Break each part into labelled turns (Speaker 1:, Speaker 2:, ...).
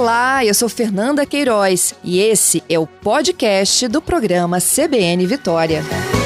Speaker 1: Olá, eu sou Fernanda Queiroz e esse é o podcast do programa CBN Vitória.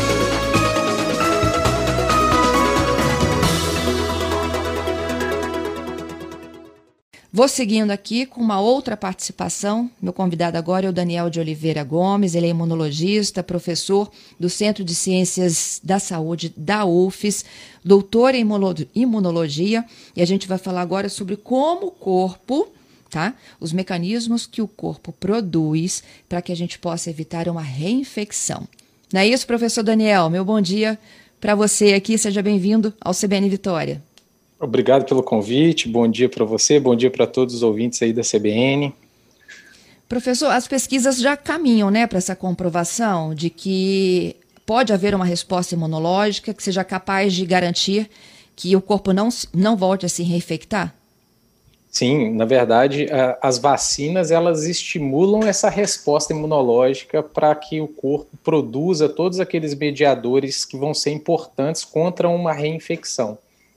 Speaker 1: Vou seguindo aqui com uma outra participação. Meu convidado agora é o Daniel de Oliveira Gomes, ele é imunologista, professor do Centro de Ciências da Saúde da UFES, doutor em imunologia, e a gente vai falar agora sobre como o corpo, os mecanismos que o corpo produz para que a gente possa evitar uma reinfecção. Não é isso, professor Daniel? Meu bom dia para você aqui, seja bem-vindo ao CBN Vitória.
Speaker 2: Obrigado pelo convite, bom dia para você, bom dia para todos os ouvintes aí da CBN.
Speaker 1: Professor, as pesquisas já caminham, para essa comprovação de que pode haver uma resposta imunológica que seja capaz de garantir que o corpo não volte a se reinfectar?
Speaker 2: Sim, na verdade, as vacinas, elas estimulam essa resposta imunológica para que o corpo produza todos aqueles mediadores que vão ser importantes contra uma reinfecção.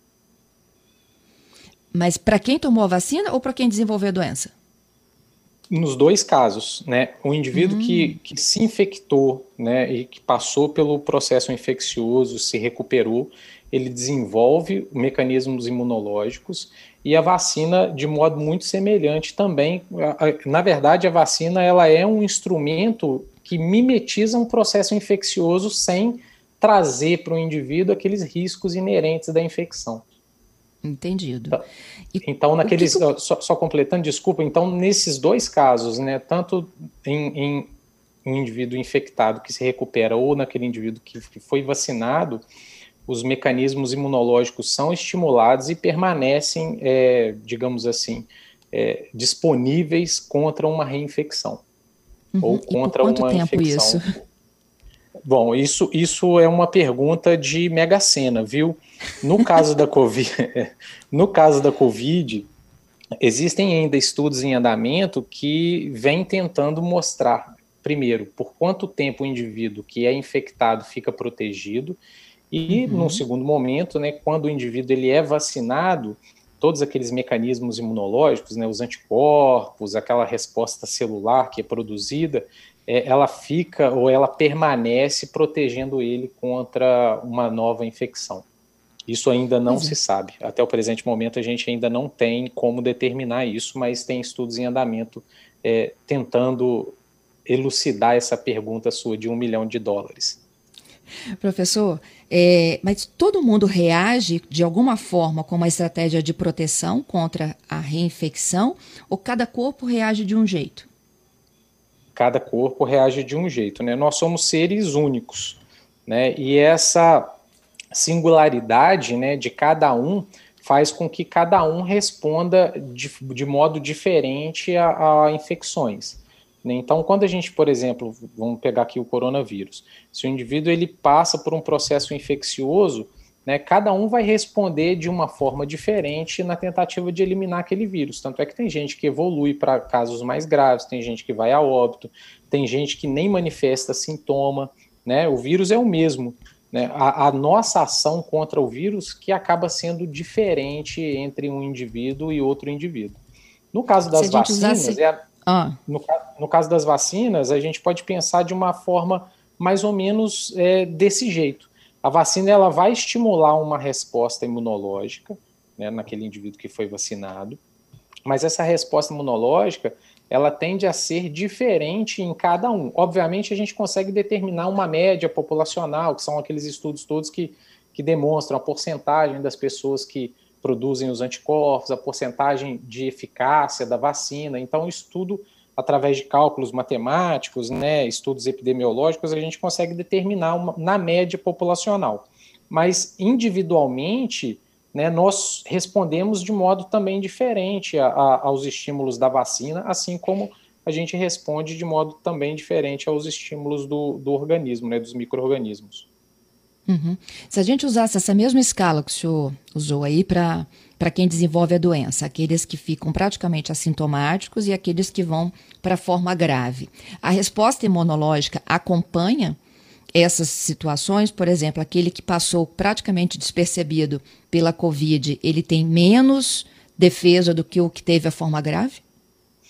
Speaker 1: Mas para quem tomou a vacina ou para quem desenvolveu a doença?
Speaker 2: Nos dois casos, o indivíduo que se infectou, e que passou pelo processo infeccioso, se recuperou, ele desenvolve mecanismos imunológicos e a vacina de modo muito semelhante também. Na verdade, a vacina ela é um instrumento que mimetiza um processo infeccioso sem trazer para o indivíduo aqueles riscos inerentes da infecção.
Speaker 1: Entendido.
Speaker 2: Então, naqueles, só completando, desculpa, então nesses dois casos, tanto em um indivíduo infectado que se recupera ou naquele indivíduo que foi vacinado, os mecanismos imunológicos são estimulados e permanecem, digamos assim, disponíveis contra uma reinfecção. Ou contra
Speaker 1: e por quanto
Speaker 2: uma
Speaker 1: tempo
Speaker 2: infecção.
Speaker 1: Isso?
Speaker 2: Bom, isso é uma pergunta de Mega Sena, viu? No caso da COVID, existem ainda estudos em andamento que vêm tentando mostrar, primeiro, por quanto tempo o indivíduo que é infectado fica protegido e, num segundo momento, quando o indivíduo ele é vacinado, todos aqueles mecanismos imunológicos, os anticorpos, aquela resposta celular que é produzida, ela fica ou ela permanece protegendo ele contra uma nova infecção. Isso ainda não se sabe. Até o presente momento a gente ainda não tem como determinar isso, mas tem estudos em andamento tentando elucidar essa pergunta sua de $1 milhão.
Speaker 1: Professor, mas todo mundo reage de alguma forma com uma estratégia de proteção contra a reinfecção ou cada corpo reage de um jeito?
Speaker 2: Cada corpo reage de um jeito, Nós somos seres únicos, E essa singularidade, de cada um faz com que cada um responda de modo diferente a infecções. Então, quando a gente, por exemplo, vamos pegar aqui o coronavírus, se o indivíduo ele passa por um processo infeccioso, cada um vai responder de uma forma diferente na tentativa de eliminar aquele vírus. Tanto é que tem gente que evolui para casos mais graves, tem gente que vai a óbito, tem gente que nem manifesta sintoma, O vírus é o mesmo, A nossa ação contra o vírus que acaba sendo diferente entre um indivíduo e outro indivíduo. No caso das vacinas, no caso das vacinas, a gente pode pensar de uma forma mais ou menos desse jeito. A vacina ela vai estimular uma resposta imunológica, naquele indivíduo que foi vacinado, mas essa resposta imunológica ela tende a ser diferente em cada um. Obviamente, a gente consegue determinar uma média populacional, que são aqueles estudos todos que demonstram a porcentagem das pessoas que produzem os anticorpos, a porcentagem de eficácia da vacina. Então, isso tudo, através de cálculos matemáticos, estudos epidemiológicos, a gente consegue determinar na média populacional. Mas, individualmente, nós respondemos de modo também diferente aos estímulos da vacina, assim como a gente responde de modo também diferente aos estímulos do organismo, dos micro-organismos.
Speaker 1: Se a gente usasse essa mesma escala que o senhor usou aí para quem desenvolve a doença, aqueles que ficam praticamente assintomáticos e aqueles que vão para a forma grave, a resposta imunológica acompanha essas situações? Por exemplo, aquele que passou praticamente despercebido pela Covid, ele tem menos defesa do que o que teve a forma grave?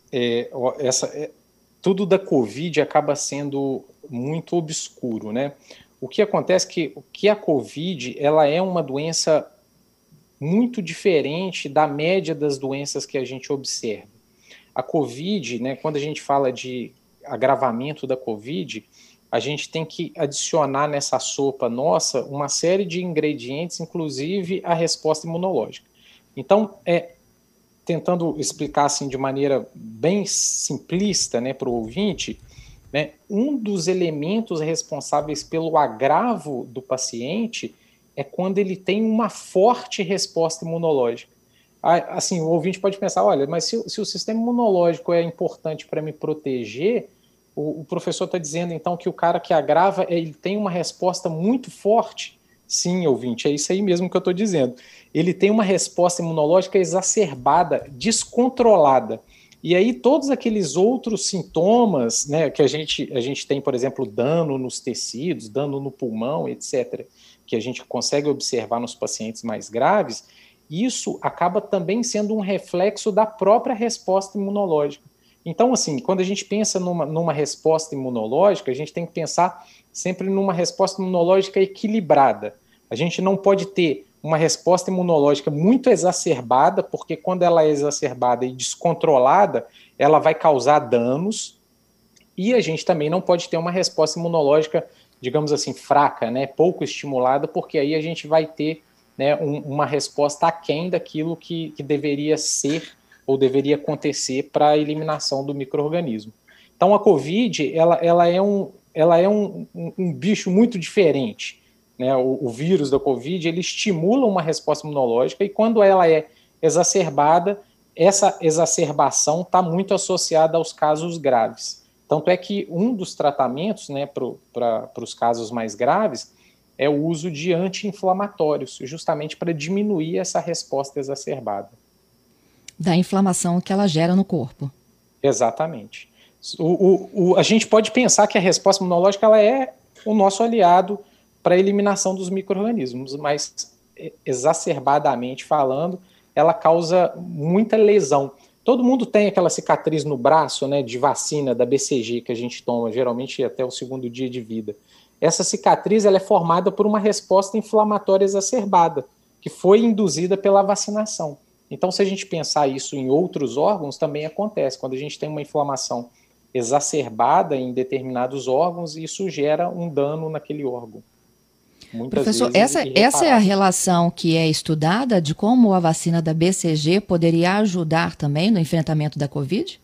Speaker 2: tudo da Covid acaba sendo muito obscuro, né? O que acontece é que a Covid, ela é uma doença muito diferente da média das doenças que a gente observa. A Covid, né, quando a gente fala de agravamento da Covid, a gente tem que adicionar nessa sopa nossa uma série de ingredientes, inclusive a resposta imunológica. Então, tentando explicar assim de maneira bem simplista, né, para o ouvinte, né, um dos elementos responsáveis pelo agravo do paciente é quando ele tem uma forte resposta imunológica. Assim, o ouvinte pode pensar, olha, mas se o sistema imunológico é importante para me proteger, o professor está dizendo então que o cara que agrava, ele tem uma resposta muito forte. Sim, ouvinte, é isso aí mesmo que eu estou dizendo. Ele tem uma resposta imunológica exacerbada, descontrolada. E aí todos aqueles outros sintomas, né, que a gente tem, por exemplo, dano nos tecidos, dano no pulmão, etc., que a gente consegue observar nos pacientes mais graves, isso acaba também sendo um reflexo da própria resposta imunológica. Então, assim, quando a gente pensa numa resposta imunológica, a gente tem que pensar sempre numa resposta imunológica equilibrada. A gente não pode ter uma resposta imunológica muito exacerbada, porque quando ela é exacerbada e descontrolada, ela vai causar danos, e a gente também não pode ter uma resposta imunológica, digamos assim, fraca, né, pouco estimulada, porque aí a gente vai ter, né, uma resposta aquém daquilo que deveria ser ou deveria acontecer para a eliminação do micro-organismo. Então a COVID, ela é um bicho muito diferente, né? O vírus da COVID, ele estimula uma resposta imunológica e quando ela é exacerbada, essa exacerbação está muito associada aos casos graves. Tanto é que um dos tratamentos, né, para os casos mais graves é o uso de anti-inflamatórios, justamente para diminuir essa resposta exacerbada.
Speaker 1: Da inflamação que ela gera no corpo.
Speaker 2: Exatamente. A gente pode pensar que a resposta imunológica ela é o nosso aliado para a eliminação dos micro-organismos, mas exacerbadamente falando, ela causa muita lesão. Todo mundo tem aquela cicatriz no braço, né, de vacina da BCG que a gente toma, geralmente até o segundo dia de vida. Essa cicatriz ela é formada por uma resposta inflamatória exacerbada, que foi induzida pela vacinação. Então, se a gente pensar isso em outros órgãos, também acontece. Quando a gente tem uma inflamação exacerbada em determinados órgãos, isso gera um dano naquele órgão. Muitas
Speaker 1: Professor,
Speaker 2: vezes
Speaker 1: essa é a relação que é estudada de como a vacina da BCG poderia ajudar também no enfrentamento da Covid?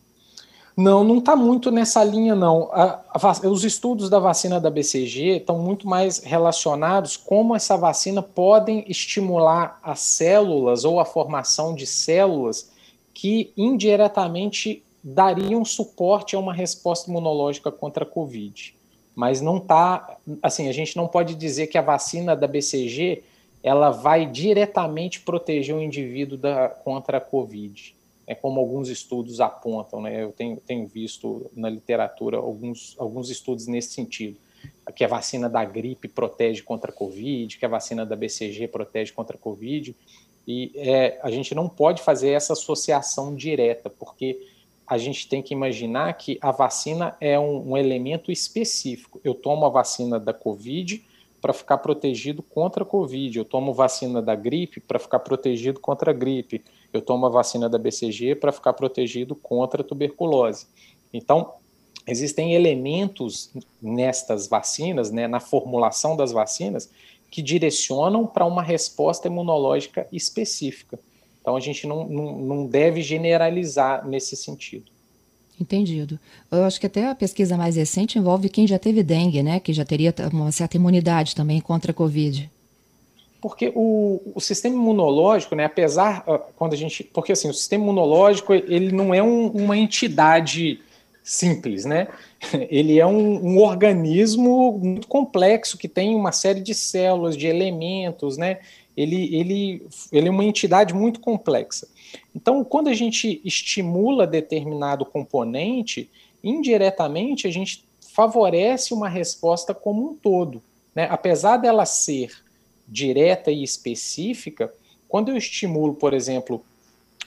Speaker 2: Não está muito nessa linha, não. Os estudos da vacina da BCG estão muito mais relacionados como essa vacina podem estimular as células ou a formação de células que indiretamente dariam suporte a uma resposta imunológica contra a Covid. Mas não está, assim, a gente não pode dizer que a vacina da BCG ela vai diretamente proteger o indivíduo contra a Covid. É como alguns estudos apontam, né? Eu tenho visto na literatura alguns estudos nesse sentido, que a vacina da gripe protege contra a Covid, que a vacina da BCG protege contra a Covid, e a gente não pode fazer essa associação direta, porque a gente tem que imaginar que a vacina é um elemento específico. Eu tomo a vacina da Covid para ficar protegido contra a Covid, eu tomo vacina da gripe para ficar protegido contra a gripe, eu tomo a vacina da BCG para ficar protegido contra a tuberculose. Então, existem elementos nestas vacinas, né, na formulação das vacinas, que direcionam para uma resposta imunológica específica. Então, a gente não deve generalizar nesse sentido.
Speaker 1: Entendido. Eu acho que até a pesquisa mais recente envolve quem já teve dengue, né? Que já teria uma certa imunidade também contra a Covid.
Speaker 2: Porque o sistema imunológico, né, apesar, quando a gente... Porque, assim, o sistema imunológico, ele não é uma entidade simples, né? Ele é um organismo muito complexo, que tem uma série de células, de elementos, né? Ele é uma entidade muito complexa. Então, quando a gente estimula determinado componente, indiretamente a gente favorece uma resposta como um todo, né? Apesar dela ser direta e específica, quando eu estimulo, por exemplo,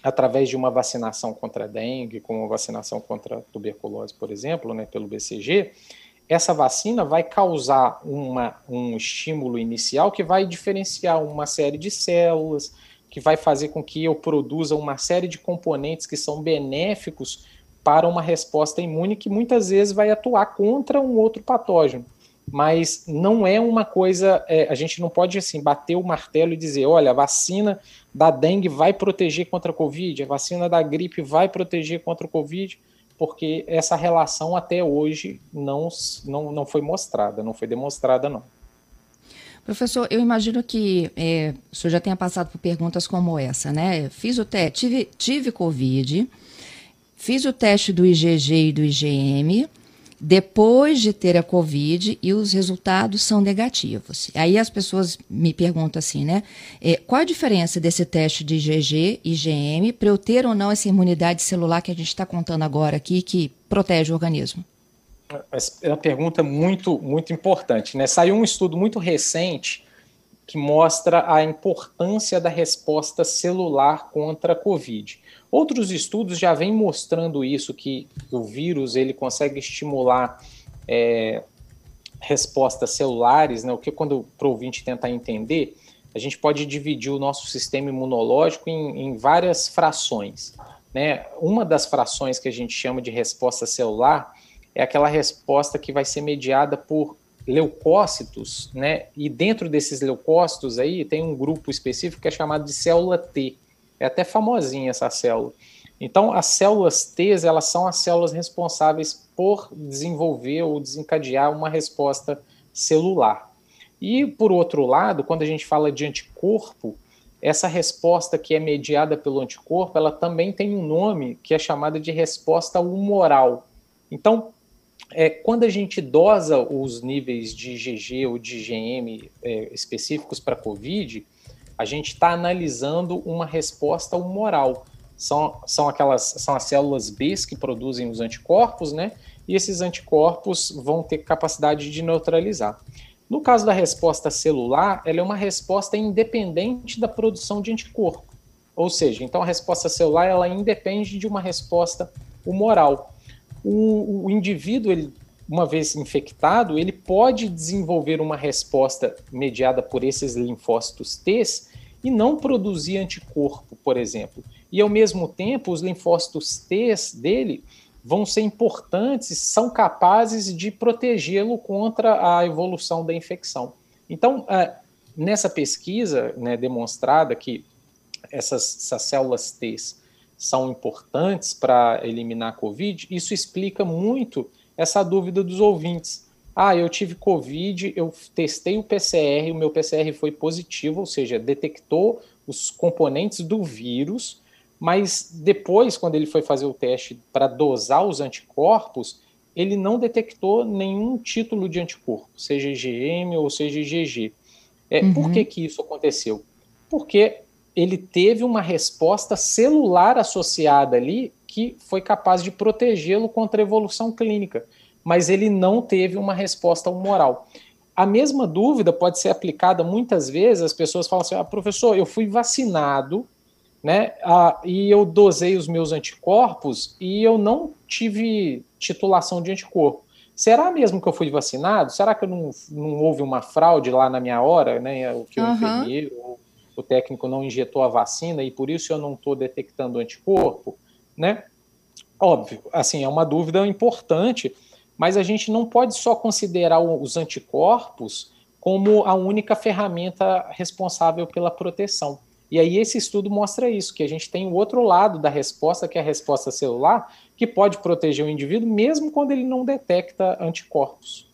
Speaker 2: através de uma vacinação contra a dengue, como a vacinação contra a tuberculose, por exemplo, né, pelo BCG, essa vacina vai causar um estímulo inicial que vai diferenciar uma série de células, que vai fazer com que eu produza uma série de componentes que são benéficos para uma resposta imune que muitas vezes vai atuar contra um outro patógeno. Mas não é uma coisa, a gente não pode assim bater o martelo e dizer, olha, a vacina da dengue vai proteger contra a Covid, a vacina da gripe vai proteger contra o Covid, porque essa relação até hoje não foi mostrada, não foi demonstrada, não.
Speaker 1: Professor, eu imagino que o senhor já tenha passado por perguntas como essa, né? Fiz o teste, tive Covid, fiz o teste do IgG e do IgM, depois de ter a Covid e os resultados são negativos. Aí as pessoas me perguntam assim, né? Qual a diferença desse teste de IgG e IgM para eu ter ou não essa imunidade celular que a gente está contando agora aqui, que protege o organismo?
Speaker 2: É uma pergunta muito, muito importante, né? Saiu um estudo muito recente que mostra a importância da resposta celular contra a Covid. Outros estudos já vêm mostrando isso, que o vírus ele consegue estimular respostas celulares, né? O que quando para o ouvinte tentar entender, a gente pode dividir o nosso sistema imunológico em várias frações, né? Uma das frações que a gente chama de resposta celular é aquela resposta que vai ser mediada por leucócitos, né? E dentro desses leucócitos aí tem um grupo específico que é chamado de célula T. É até famosinha essa célula. Então, as células T, elas são as células responsáveis por desenvolver ou desencadear uma resposta celular. E, por outro lado, quando a gente fala de anticorpo, essa resposta que é mediada pelo anticorpo, ela também tem um nome que é chamada de resposta humoral. Então, quando a gente dosa os níveis de IgG ou de IgM específicos para a COVID, a gente está analisando uma resposta humoral. São as células B que produzem os anticorpos, né? E esses anticorpos vão ter capacidade de neutralizar. No caso da resposta celular, ela é uma resposta independente da produção de anticorpo. Ou seja, então a resposta celular ela independe de uma resposta humoral. O indivíduo, uma vez infectado, ele pode desenvolver uma resposta mediada por esses linfócitos T e não produzir anticorpo, por exemplo. E, ao mesmo tempo, os linfócitos T dele vão ser importantes, são capazes de protegê-lo contra a evolução da infecção. Então, nessa pesquisa, né, demonstrada que essas células T são importantes para eliminar a Covid, isso explica muito essa dúvida dos ouvintes. Eu tive Covid, eu testei o PCR, o meu PCR foi positivo, ou seja, detectou os componentes do vírus, mas depois, quando ele foi fazer o teste para dosar os anticorpos, ele não detectou nenhum título de anticorpo, seja IgM ou seja IgG. Por que isso aconteceu? Porque ele teve uma resposta celular associada ali que foi capaz de protegê-lo contra a evolução clínica, mas ele não teve uma resposta humoral. A mesma dúvida pode ser aplicada muitas vezes, as pessoas falam assim, professor, eu fui vacinado, né, e eu dosei os meus anticorpos e eu não tive titulação de anticorpo. Será mesmo que eu fui vacinado? Será que não houve uma fraude lá na minha hora, né, que o enfermeiro ou o técnico não injetou a vacina e por isso eu não estou detectando anticorpo, né? Óbvio, assim, é uma dúvida importante, mas a gente não pode só considerar os anticorpos como a única ferramenta responsável pela proteção. E aí esse estudo mostra isso, que a gente tem o outro lado da resposta, que é a resposta celular, que pode proteger o indivíduo mesmo quando ele não detecta anticorpos.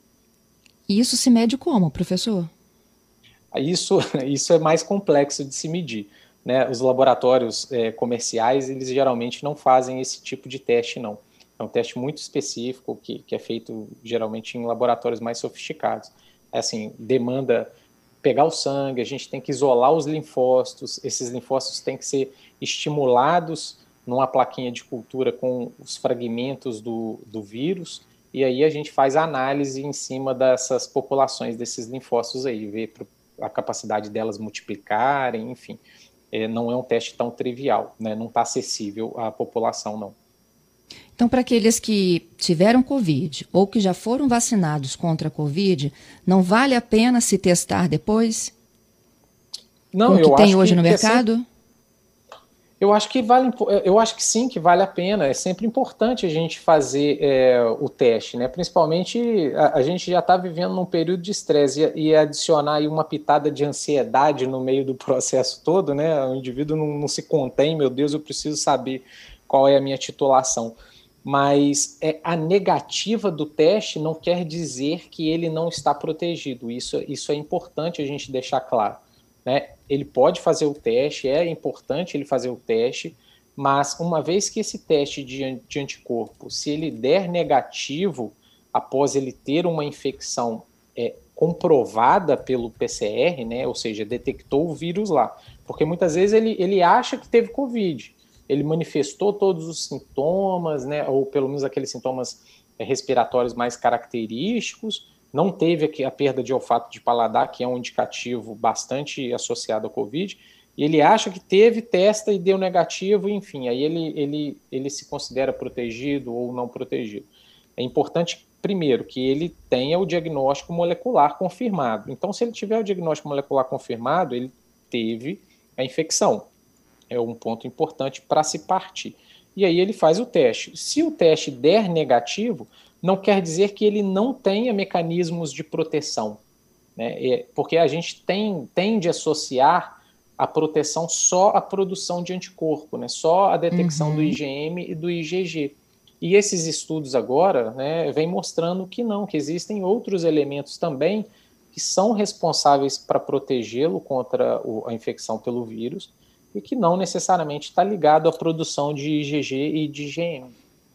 Speaker 1: E isso se mede como, professor?
Speaker 2: Isso é mais complexo de se medir, né? Os laboratórios comerciais, eles geralmente não fazem esse tipo de teste, não. É um teste muito específico que é feito geralmente em laboratórios mais sofisticados. Assim, demanda pegar o sangue, a gente tem que isolar os linfócitos, esses linfócitos têm que ser estimulados numa plaquinha de cultura com os fragmentos do vírus, e aí a gente faz a análise em cima dessas populações, desses linfócitos aí, ver a capacidade delas multiplicarem, enfim. não é um teste tão trivial, né? Não está acessível à população, não.
Speaker 1: Então, para aqueles que tiveram Covid ou que já foram vacinados contra a Covid, não vale a pena se testar depois?
Speaker 2: Não,
Speaker 1: com o que
Speaker 2: eu
Speaker 1: tem
Speaker 2: acho
Speaker 1: hoje
Speaker 2: que,
Speaker 1: no mercado?
Speaker 2: eu acho que eu acho que sim, que vale a pena. É sempre importante a gente fazer o teste, né? Principalmente a gente já está vivendo num período de estresse e adicionar aí uma pitada de ansiedade no meio do processo todo, né? O indivíduo não se contém, meu Deus, eu preciso saber qual é a minha titulação. Mas a negativa do teste não quer dizer que ele não está protegido. Isso é importante a gente deixar claro, né? Ele pode fazer o teste, é importante ele fazer o teste, mas uma vez que esse teste de anticorpo, se ele der negativo, após ele ter uma infecção comprovada pelo PCR, né, ou seja, detectou o vírus lá, porque muitas vezes ele acha que teve Covid, ele manifestou todos os sintomas, né, ou pelo menos aqueles sintomas respiratórios mais característicos, não teve aqui a perda de olfato de paladar, que é um indicativo bastante associado à Covid, e ele acha que teve, testa e deu negativo, enfim, aí ele se considera protegido ou não protegido. É importante, primeiro, que ele tenha o diagnóstico molecular confirmado. Então, se ele tiver o diagnóstico molecular confirmado, ele teve a infecção. É um ponto importante para se partir. E aí ele faz o teste. Se o teste der negativo, não quer dizer que ele não tenha mecanismos de proteção, né? Porque a gente tende a associar a proteção só à produção de anticorpo, né? Só a detecção do IgM e do IgG. E esses estudos agora, né, vêm mostrando que não, que existem outros elementos também que são responsáveis para protegê-lo contra a infecção pelo vírus e que não necessariamente está ligado à produção de IgG e de IgM.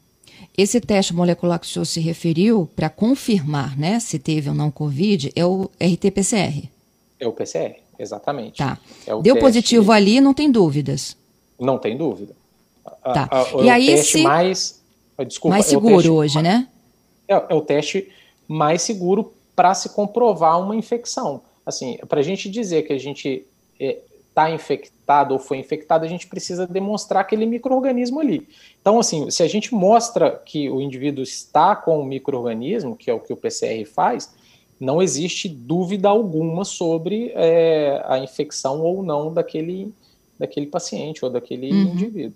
Speaker 1: Esse teste molecular que o senhor se referiu, para confirmar, né, se teve ou não Covid, é o RT-PCR.
Speaker 2: É o PCR, exatamente.
Speaker 1: Tá.
Speaker 2: É o
Speaker 1: Deu
Speaker 2: teste...
Speaker 1: positivo ali, não tem dúvidas.
Speaker 2: Não tem dúvida.
Speaker 1: Tá.
Speaker 2: É
Speaker 1: E
Speaker 2: o
Speaker 1: aí
Speaker 2: teste
Speaker 1: se...
Speaker 2: mais... Desculpa,
Speaker 1: mais seguro hoje, né?
Speaker 2: É o teste mais seguro para se comprovar uma infecção. Assim, para a gente dizer que a gente está infectado ou foi infectado, a gente precisa demonstrar aquele micro-organismo ali. Então, assim, se a gente mostra que o indivíduo está com o micro-organismo, que é o que o PCR faz, não existe dúvida alguma sobre a infecção ou não daquele paciente ou daquele indivíduo.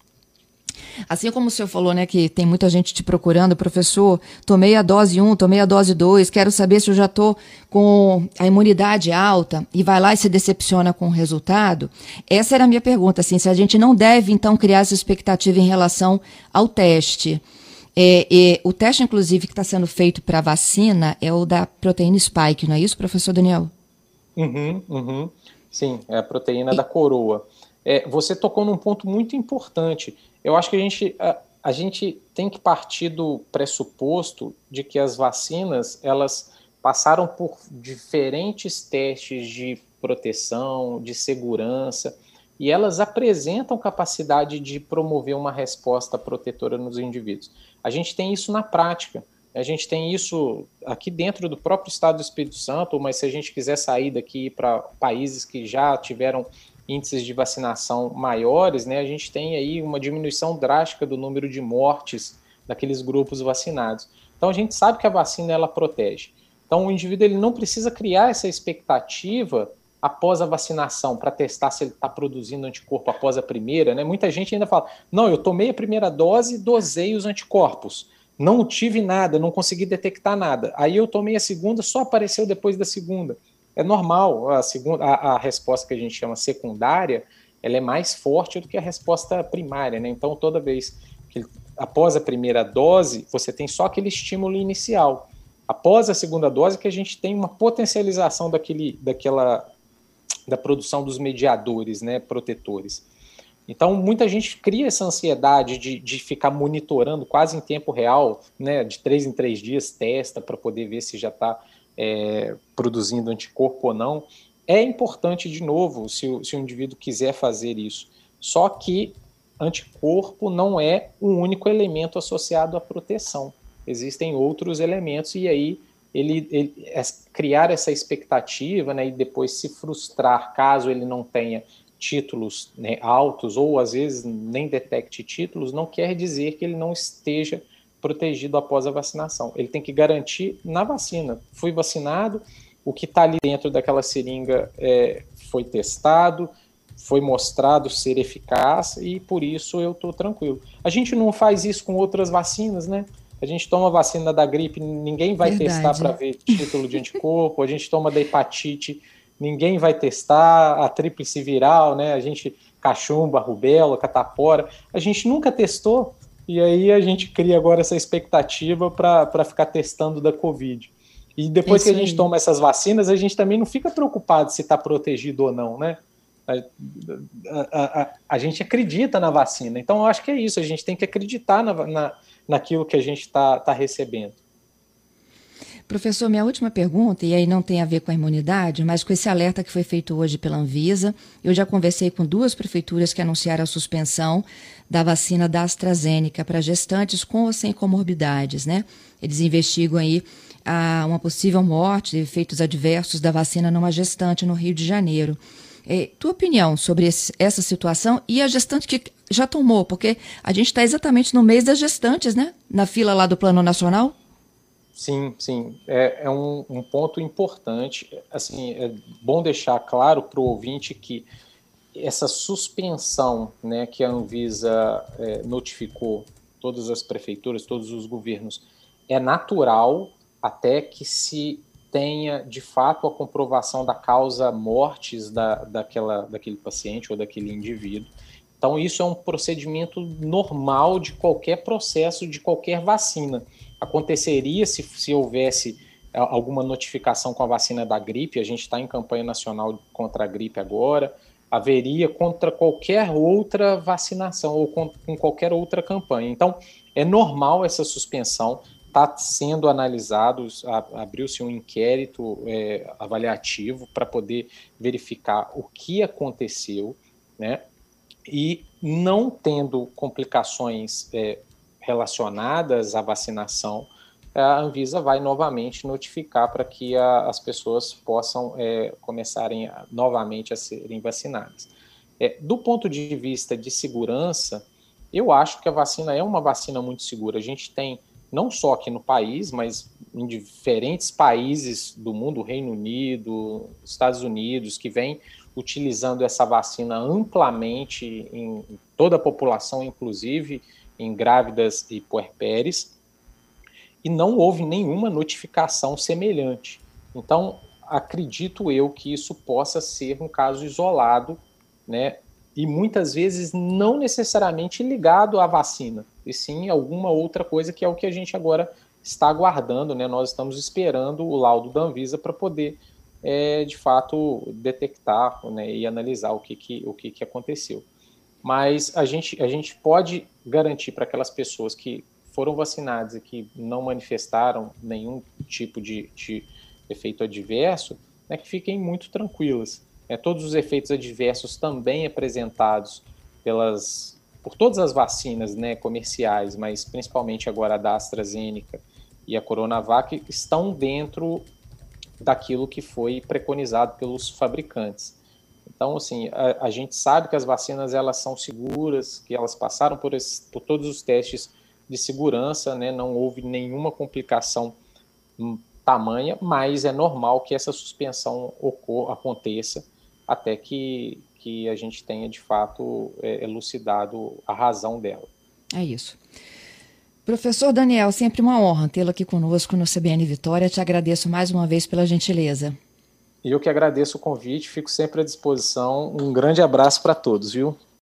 Speaker 1: Assim como o senhor falou, né, que tem muita gente te procurando, professor, tomei a dose 1, tomei a dose 2, quero saber se eu já estou com a imunidade alta, e vai lá e se decepciona com o resultado. Essa era a minha pergunta, assim, se a gente não deve, então, criar essa expectativa em relação ao teste. O teste, inclusive, que está sendo feito para a vacina é o da proteína Spike, não é isso, professor Daniel?
Speaker 2: Sim, é a proteína da coroa. Você tocou num ponto muito importante. Eu acho que a gente tem que partir do pressuposto de que as vacinas elas passaram por diferentes testes de proteção, de segurança, e elas apresentam capacidade de promover uma resposta protetora nos indivíduos. A gente tem isso na prática. A gente tem isso aqui dentro do próprio estado do Espírito Santo, mas se a gente quiser sair daqui para países que já tiveram índices de vacinação maiores, né, a gente tem aí uma diminuição drástica do número de mortes daqueles grupos vacinados. Então a gente sabe que a vacina ela protege. Então o indivíduo ele não precisa criar essa expectativa após a vacinação para testar se ele está produzindo anticorpo após a primeira, né? Muita gente ainda fala, não, eu tomei a primeira dose e dosei os anticorpos. Não tive nada, não consegui detectar nada. Aí eu tomei a segunda, só apareceu depois da segunda. É normal, a resposta que a gente chama secundária, ela é mais forte do que a resposta primária, né? Então, toda vez que após a primeira dose, você tem só aquele estímulo inicial. Após a segunda dose, que a gente tem uma potencialização da produção dos mediadores, né, protetores. Então, muita gente cria essa ansiedade de ficar monitorando quase em tempo real, né, de 3 em 3 dias, testa para poder ver se já está produzindo anticorpo ou não. É importante, de novo, se o indivíduo quiser fazer isso. Só que anticorpo não é o único elemento associado à proteção. Existem outros elementos e aí criar essa expectativa, né, e depois se frustrar caso ele não tenha títulos, né, altos, ou às vezes nem detecte títulos, não quer dizer que ele não esteja protegido após a vacinação. Ele tem que garantir na vacina. Fui vacinado, o que está ali dentro daquela seringa foi testado, foi mostrado ser eficaz e por isso eu estou tranquilo. A gente não faz isso com outras vacinas, né? A gente toma vacina da gripe, ninguém vai testar para ver título de anticorpo, a gente toma da hepatite, ninguém vai testar a tríplice viral, né? A gente, cachumba, rubéola, catapora, a gente nunca testou e aí a gente cria agora essa expectativa para ficar testando da Covid. E depois que a gente toma essas vacinas, a gente também não fica preocupado se está protegido ou não, né? A gente acredita na vacina. Então, eu acho que é isso, a gente tem que acreditar naquilo que a gente está recebendo.
Speaker 1: Professor, minha última pergunta, e aí não tem a ver com a imunidade, mas com esse alerta que foi feito hoje pela Anvisa. Eu já conversei com 2 prefeituras que anunciaram a suspensão da vacina da AstraZeneca para gestantes com ou sem comorbidades, né? Eles investigam aí uma possível morte, efeitos adversos da vacina numa gestante no Rio de Janeiro. Tua opinião sobre essa situação e a gestante que já tomou, porque a gente está exatamente no mês das gestantes, né? Na fila lá do Plano Nacional.
Speaker 2: Sim, sim, é um ponto importante. Assim, é bom deixar claro para o ouvinte que essa suspensão, né, que a Anvisa notificou todas as prefeituras, todos os governos, é natural até que se tenha, de fato, a comprovação da causa mortis daquele paciente ou daquele indivíduo. Então, isso é um procedimento normal de qualquer processo, de qualquer vacina. Aconteceria se houvesse alguma notificação com a vacina da gripe, a gente está em campanha nacional contra a gripe agora, haveria contra qualquer outra vacinação ou com qualquer outra campanha. Então, é normal essa suspensão, está sendo analisado, abriu-se um inquérito avaliativo para poder verificar o que aconteceu, né? E não tendo complicações relacionadas à vacinação, a Anvisa vai novamente notificar para que as pessoas possam começarem novamente a serem vacinadas. Do ponto de vista de segurança, eu acho que a vacina é uma vacina muito segura. A gente tem, não só aqui no país, mas em diferentes países do mundo, Reino Unido, Estados Unidos, que vem utilizando essa vacina amplamente em toda a população, inclusive em grávidas e puerpéres, e não houve nenhuma notificação semelhante. Então, acredito eu que isso possa ser um caso isolado, né? E muitas vezes não necessariamente ligado à vacina, e sim alguma outra coisa que é o que a gente agora está aguardando, né? Nós estamos esperando o laudo da Anvisa para poder, de fato, detectar, né, e analisar o que aconteceu. Mas a gente pode garantir para aquelas pessoas que foram vacinadas e que não manifestaram nenhum tipo de efeito adverso, né, que fiquem muito tranquilas. Todos os efeitos adversos também apresentados por todas as vacinas, né, comerciais, mas principalmente agora a da AstraZeneca e a Coronavac, estão dentro daquilo que foi preconizado pelos fabricantes. Então, assim, a gente sabe que as vacinas elas são seguras, que elas passaram por todos os testes de segurança, né? Não houve nenhuma complicação tamanha, mas é normal que essa suspensão aconteça até que a gente tenha, de fato, elucidado a razão dela.
Speaker 1: É isso. Professor Daniel, sempre uma honra tê-lo aqui conosco no CBN Vitória. Te agradeço mais uma vez pela gentileza.
Speaker 2: E eu que agradeço o convite, fico sempre à disposição. Um grande abraço para todos, viu?